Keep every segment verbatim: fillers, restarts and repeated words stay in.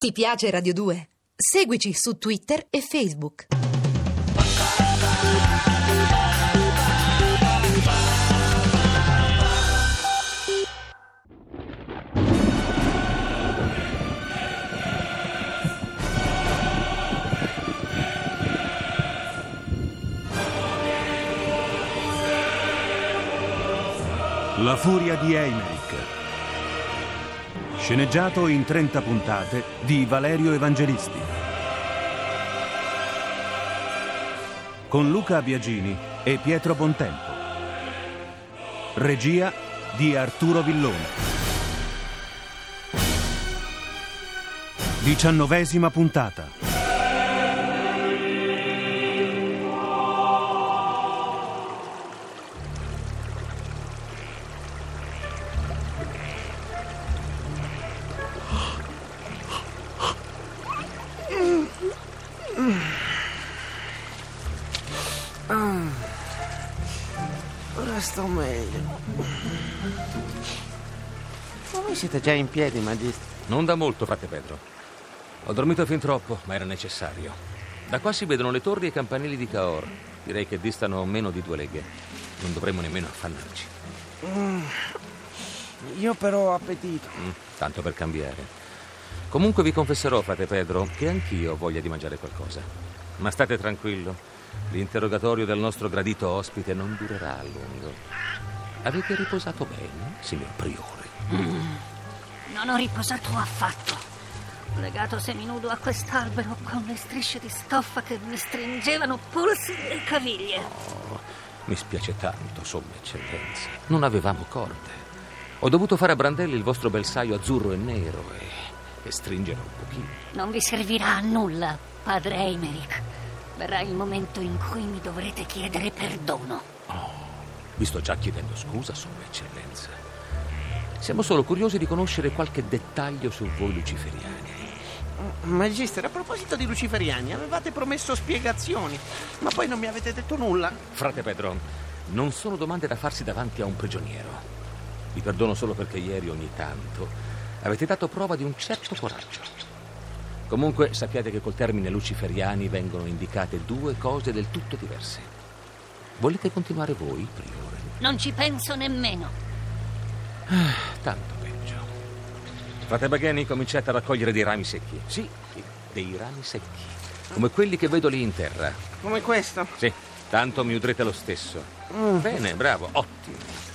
Ti piace Radio due? Seguici su Twitter e Facebook. La furia di Eymerich. Sceneggiato in trenta puntate di Valerio Evangelisti. Con Luca Biagini e Pietro Bontempo. Regia di Arturo Villone. Diciannovesima puntata. Ora sto meglio. Ma voi siete già in piedi, magistro? Non da molto, frate Pedro. Ho dormito fin troppo, ma era necessario. Da qua si vedono le torri e i campanili di Cahors. Direi che distano meno di due leghe. Non dovremmo nemmeno affannarci. Mm. Io però ho appetito. Mm, tanto per cambiare. Comunque vi confesserò, frate Pedro, che anch'io ho voglia di mangiare qualcosa. Ma state tranquillo. L'interrogatorio del nostro gradito ospite non durerà a lungo. Avete riposato bene, signor Priore? Mm. Non ho riposato affatto. Legato seminudo a quest'albero con le strisce di stoffa che mi stringevano polsi e caviglie. Oh, mi spiace tanto, somma eccellenza. Non avevamo corde. Ho dovuto fare a brandelli il vostro belsaio azzurro e nero e, e stringere un pochino. Non vi servirà a nulla, padre Eymerich. Verrà il momento in cui mi dovrete chiedere perdono. Oh, vi sto già chiedendo scusa, somma eccellenza. Siamo solo curiosi di conoscere qualche dettaglio su voi luciferiani. Magistro, a proposito di luciferiani, avevate promesso spiegazioni, ma poi non mi avete detto nulla. Frate Pedro, non sono domande da farsi davanti a un prigioniero. Vi perdono solo perché ieri ogni tanto avete dato prova di un certo coraggio. Comunque sappiate che col termine luciferiani vengono indicate due cose del tutto diverse. Volete continuare voi, Priore? Non ci penso nemmeno. Ah, tanto peggio. Frate Bagheni, cominciate a raccogliere dei rami secchi. Sì, sì, dei rami secchi. Come quelli che vedo lì in terra. Come questo? Sì, tanto mi udrete lo stesso. Mm. Bene, bravo, ottimo.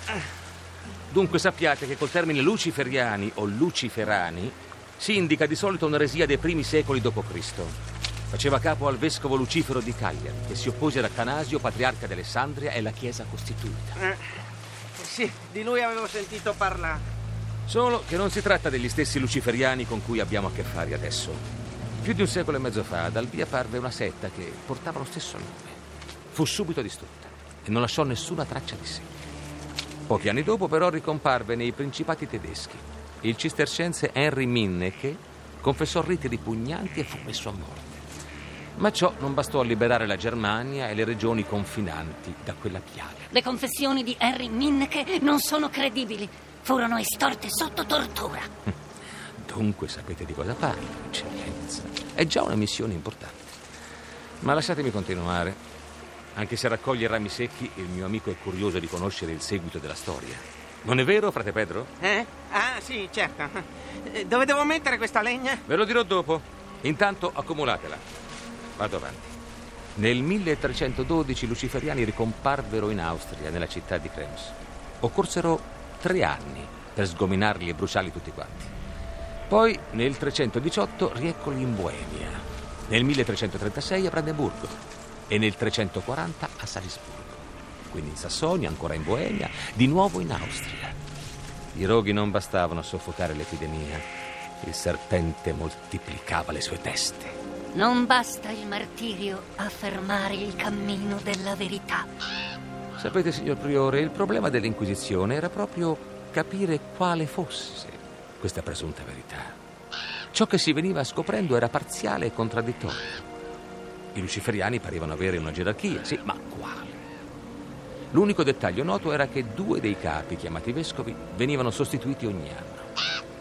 Dunque sappiate che col termine luciferiani o luciferani si indica di solito un'eresia dei primi secoli dopo Cristo. Faceva capo al vescovo Lucifero di Cagliari, che si oppose ad Attanasio, patriarca di Alessandria, e la Chiesa costituita. Eh, sì, di lui avevo sentito parlare. Solo che non si tratta degli stessi luciferiani con cui abbiamo a che fare adesso. Più di un secolo e mezzo fa, dal via parve una setta che portava lo stesso nome. Fu subito distrutta e non lasciò nessuna traccia di sé. Pochi anni dopo, però, ricomparve nei principati tedeschi il cistercense Henry Minne, che confessò riti ripugnanti e fu messo a morte. Ma ciò non bastò a liberare la Germania e le regioni confinanti da quella piaga. Le confessioni di Henry Minneke non sono credibili. Furono estorte sotto tortura. Dunque sapete di cosa parlo, eccellenza. È già una missione importante. Ma lasciatemi continuare. Anche se raccoglie rami secchi, il mio amico è curioso di conoscere il seguito della storia. Non è vero, frate Pedro? Eh? Ah, sì, certo. Dove devo mettere questa legna? Ve lo dirò dopo. Intanto accumulatela. Vado avanti. Nel milletrecentododici i luciferiani ricomparvero in Austria, nella città di Krems. Occorsero tre anni per sgominarli e bruciarli tutti quanti. Poi, nel trecentodiciotto, rieccoli in Boemia. Nel milletrecentotrentasei a Brandeburgo. E nel trecentoquaranta a Salisburgo. Quindi in Sassonia, ancora in Boemia, di nuovo in Austria. I roghi non bastavano a soffocare l'epidemia. Il serpente moltiplicava le sue teste. Non basta il martirio a fermare il cammino della verità. Sapete, signor Priore, il problema dell'Inquisizione era proprio capire quale fosse questa presunta verità. Ciò che si veniva scoprendo era parziale e contraddittorio. I luciferiani parevano avere una gerarchia, sì, ma quale? L'unico dettaglio noto era che due dei capi, chiamati vescovi, venivano sostituiti ogni anno.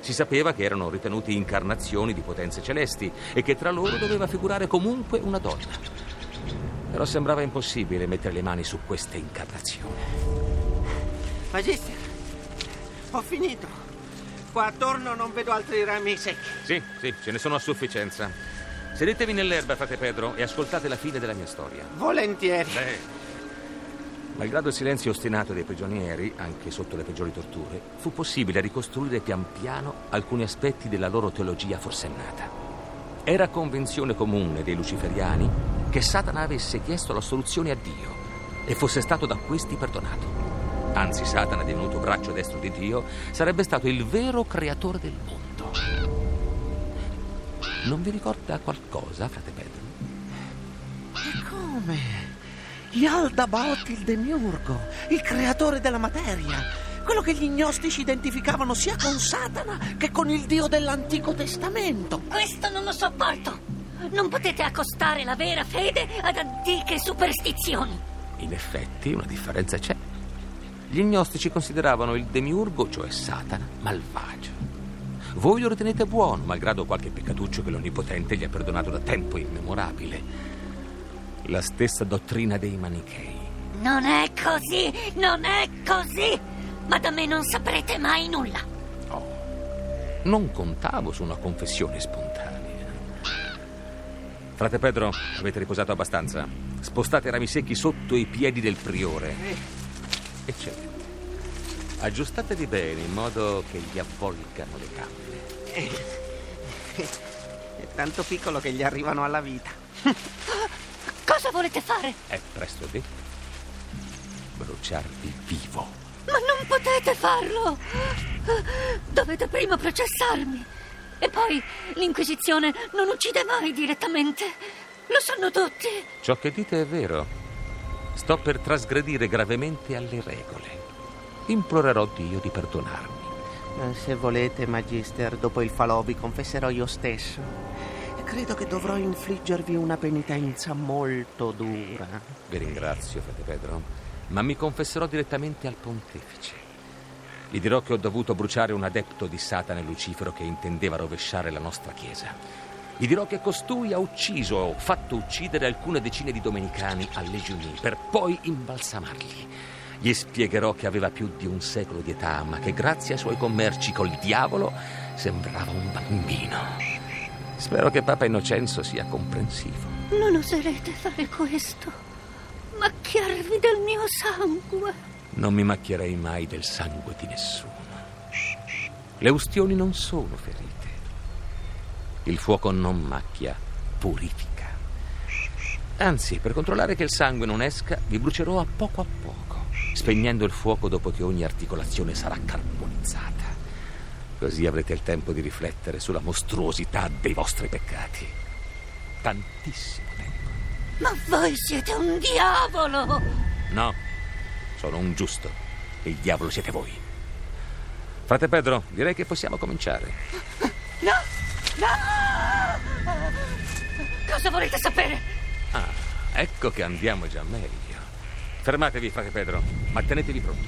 Si sapeva che erano ritenuti incarnazioni di potenze celesti e che tra loro doveva figurare comunque una donna. Però sembrava impossibile mettere le mani su queste incarnazioni. Magister, ho finito. Qua attorno non vedo altri rami secchi. Sì, sì, ce ne sono a sufficienza. Sedetevi nell'erba, frate Pedro, e ascoltate la fine della mia storia. Volentieri. Beh. Malgrado il silenzio ostinato dei prigionieri, anche sotto le peggiori torture, fu possibile ricostruire pian piano alcuni aspetti della loro teologia forsennata. Era convinzione comune dei luciferiani che Satana avesse chiesto la soluzione a Dio e fosse stato da questi perdonato. Anzi, Satana, divenuto braccio destro di Dio, sarebbe stato il vero creatore del mondo. Non vi ricorda qualcosa, frate Pedro? E come? Yaldabaoth il demiurgo, il creatore della materia, quello che gli gnostici identificavano sia con Satana che con il Dio dell'Antico Testamento. Questo non lo sopporto. Non potete accostare la vera fede ad antiche superstizioni. In effetti una differenza c'è. Gli gnostici consideravano il demiurgo, cioè Satana, malvagio. Voi lo ritenete buono, malgrado qualche peccatuccio che l'Onnipotente gli ha perdonato da tempo immemorabile. La stessa dottrina dei manichei. Non è così, non è così. Ma da me non saprete mai nulla. Oh, non contavo su una confessione spontanea. Frate Pedro, avete riposato abbastanza? Spostate i rami secchi sotto i piedi del priore. Eccellente. Aggiustatevi bene in modo che gli avvolgano le gambe. È tanto piccolo che gli arrivano alla vita. Cosa volete fare? È presto detto. Bruciarvi vivo. Ma non potete farlo! Dovete prima processarmi. E poi l'Inquisizione non uccide mai direttamente. Lo sanno tutti. Ciò che dite è vero. Sto per trasgredire gravemente alle regole. Implorerò Dio di perdonarmi. Se volete, Magister, dopo il falò vi confesserò io stesso. Credo che dovrò infliggervi una penitenza molto dura. Vi ringrazio, frate Pedro, ma mi confesserò direttamente al pontefice. Gli dirò che ho dovuto bruciare un adepto di Satana e Lucifero che intendeva rovesciare la nostra chiesa. Gli dirò che costui ha ucciso o fatto uccidere alcune decine di domenicani a Legionie per poi imbalsamarli. Gli spiegherò che aveva più di un secolo di età, ma che grazie ai suoi commerci col diavolo sembrava un bambino. Spero che Papa Innocenzo sia comprensivo. Non oserete fare questo. Macchiarvi del mio sangue. Non mi macchierei mai del sangue di nessuno. Le ustioni non sono ferite. Il fuoco non macchia, purifica. Anzi, per controllare che il sangue non esca, vi brucerò a poco a poco, spegnendo il fuoco dopo che ogni articolazione sarà carbonizzata. Così avrete il tempo di riflettere sulla mostruosità dei vostri peccati. Tantissimo tempo. Ma voi siete un diavolo! No, sono un giusto. Il diavolo siete voi. Frate Pedro, direi che possiamo cominciare. No! No! Cosa volete sapere? Ah, ecco che andiamo già meglio. Fermatevi, frate Pedro, ma tenetevi pronto.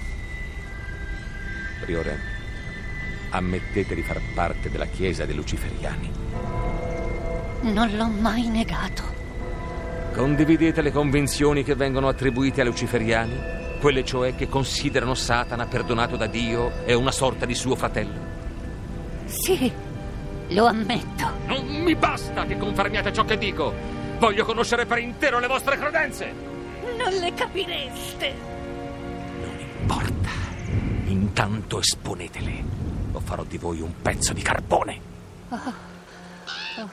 Priore, ammettete di far parte della Chiesa dei Luciferiani? Non l'ho mai negato. Condividete le convinzioni che vengono attribuite ai Luciferiani? Quelle cioè che considerano Satana perdonato da Dio e una sorta di suo fratello? Sì, lo ammetto. Non mi basta che confermiate ciò che dico. Voglio conoscere per intero le vostre credenze. Non le capireste. Non importa. Intanto esponetele. O farò di voi un pezzo di carbone. Oh. Oh.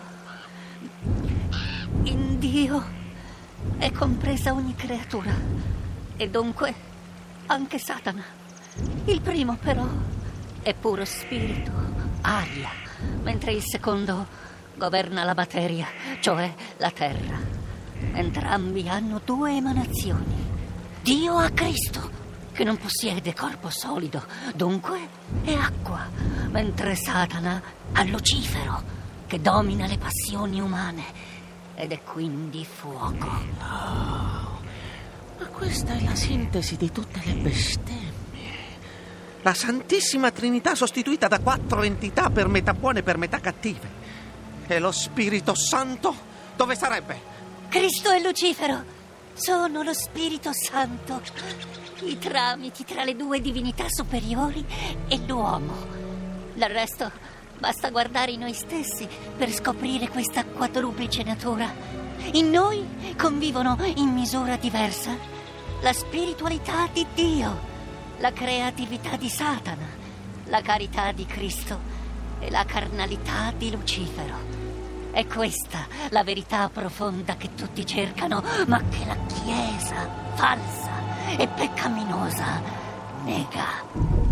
In Dio è compresa ogni creatura e dunque anche Satana. Il primo però è puro spirito, aria, mentre il secondo governa la materia, cioè la terra. Entrambi hanno due emanazioni. Dio ha Cristo, che non possiede corpo solido, dunque è acqua, mentre Satana ha Lucifero, che domina le passioni umane ed è quindi fuoco. Oh, ma questa è la sintesi di tutte le bestemmie. La Santissima Trinità sostituita da quattro entità per metà buone e per metà cattive. E lo Spirito Santo dove sarebbe? Cristo e Lucifero sono lo Spirito Santo, i tramiti tra le due divinità superiori e l'uomo. Del resto, basta guardare in noi stessi per scoprire questa quadruplice natura. In noi convivono in misura diversa la spiritualità di Dio, la creatività di Satana, la carità di Cristo e la carnalità di Lucifero. È questa la verità profonda che tutti cercano, ma che la Chiesa, falsa e peccaminosa, nega.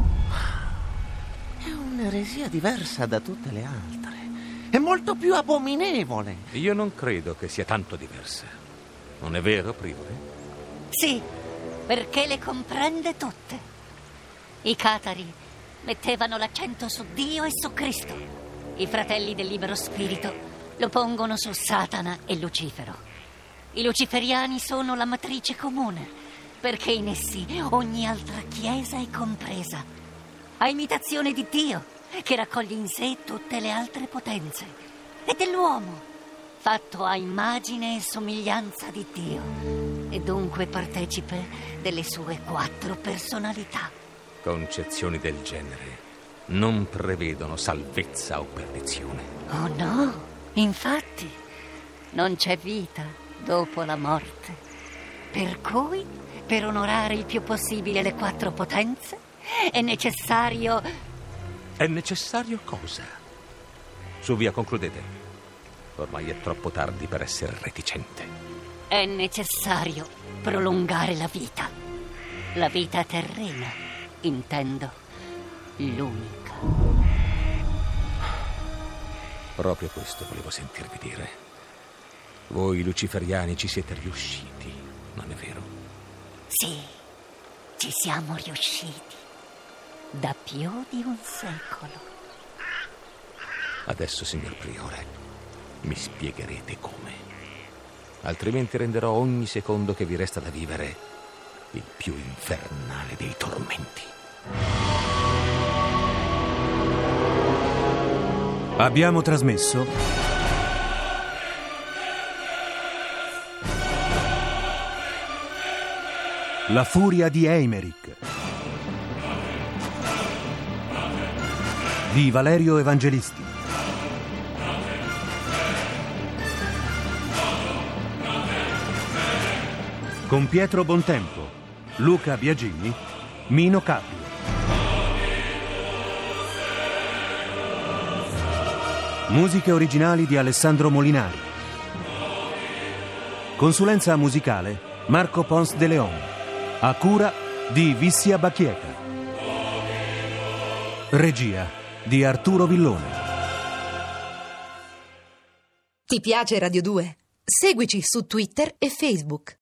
È un'eresia diversa da tutte le altre. È molto più abominevole. Io non credo che sia tanto diversa. Non è vero, Privole? Sì, perché le comprende tutte. I catari mettevano l'accento su Dio e su Cristo. I fratelli del libero spirito lo pongono su Satana e Lucifero. I luciferiani sono la matrice comune, perché in essi ogni altra chiesa è compresa, a imitazione di Dio, che raccoglie in sé tutte le altre potenze, e dell'uomo, fatto a immagine e somiglianza di Dio, e dunque partecipe delle sue quattro personalità. Concezioni del genere non prevedono salvezza o perdizione. Oh no, infatti, non c'è vita dopo la morte. Per cui, per onorare il più possibile le quattro potenze, è necessario... È necessario cosa? Su, via, concludete. Ormai è troppo tardi per essere reticente. È necessario prolungare la vita. La vita terrena, intendo. L'unica. Proprio questo volevo sentirvi dire. Voi luciferiani ci siete riusciti, non è vero? Sì, ci siamo riusciti. Da più di un secolo. Adesso, signor Priore, mi spiegherete come. Altrimenti renderò ogni secondo che vi resta da vivere il più infernale dei tormenti. Abbiamo trasmesso La furia di Eimerick di Valerio Evangelisti. Con Pietro Bontempo, Luca Biagini, Mino Caprio. Musiche originali di Alessandro Molinari. Consulenza musicale Marco Pons de Leon. A cura di Vissia Bacchieca. Regia di Arturo Villone. Ti piace Radio due? Seguici su Twitter e Facebook.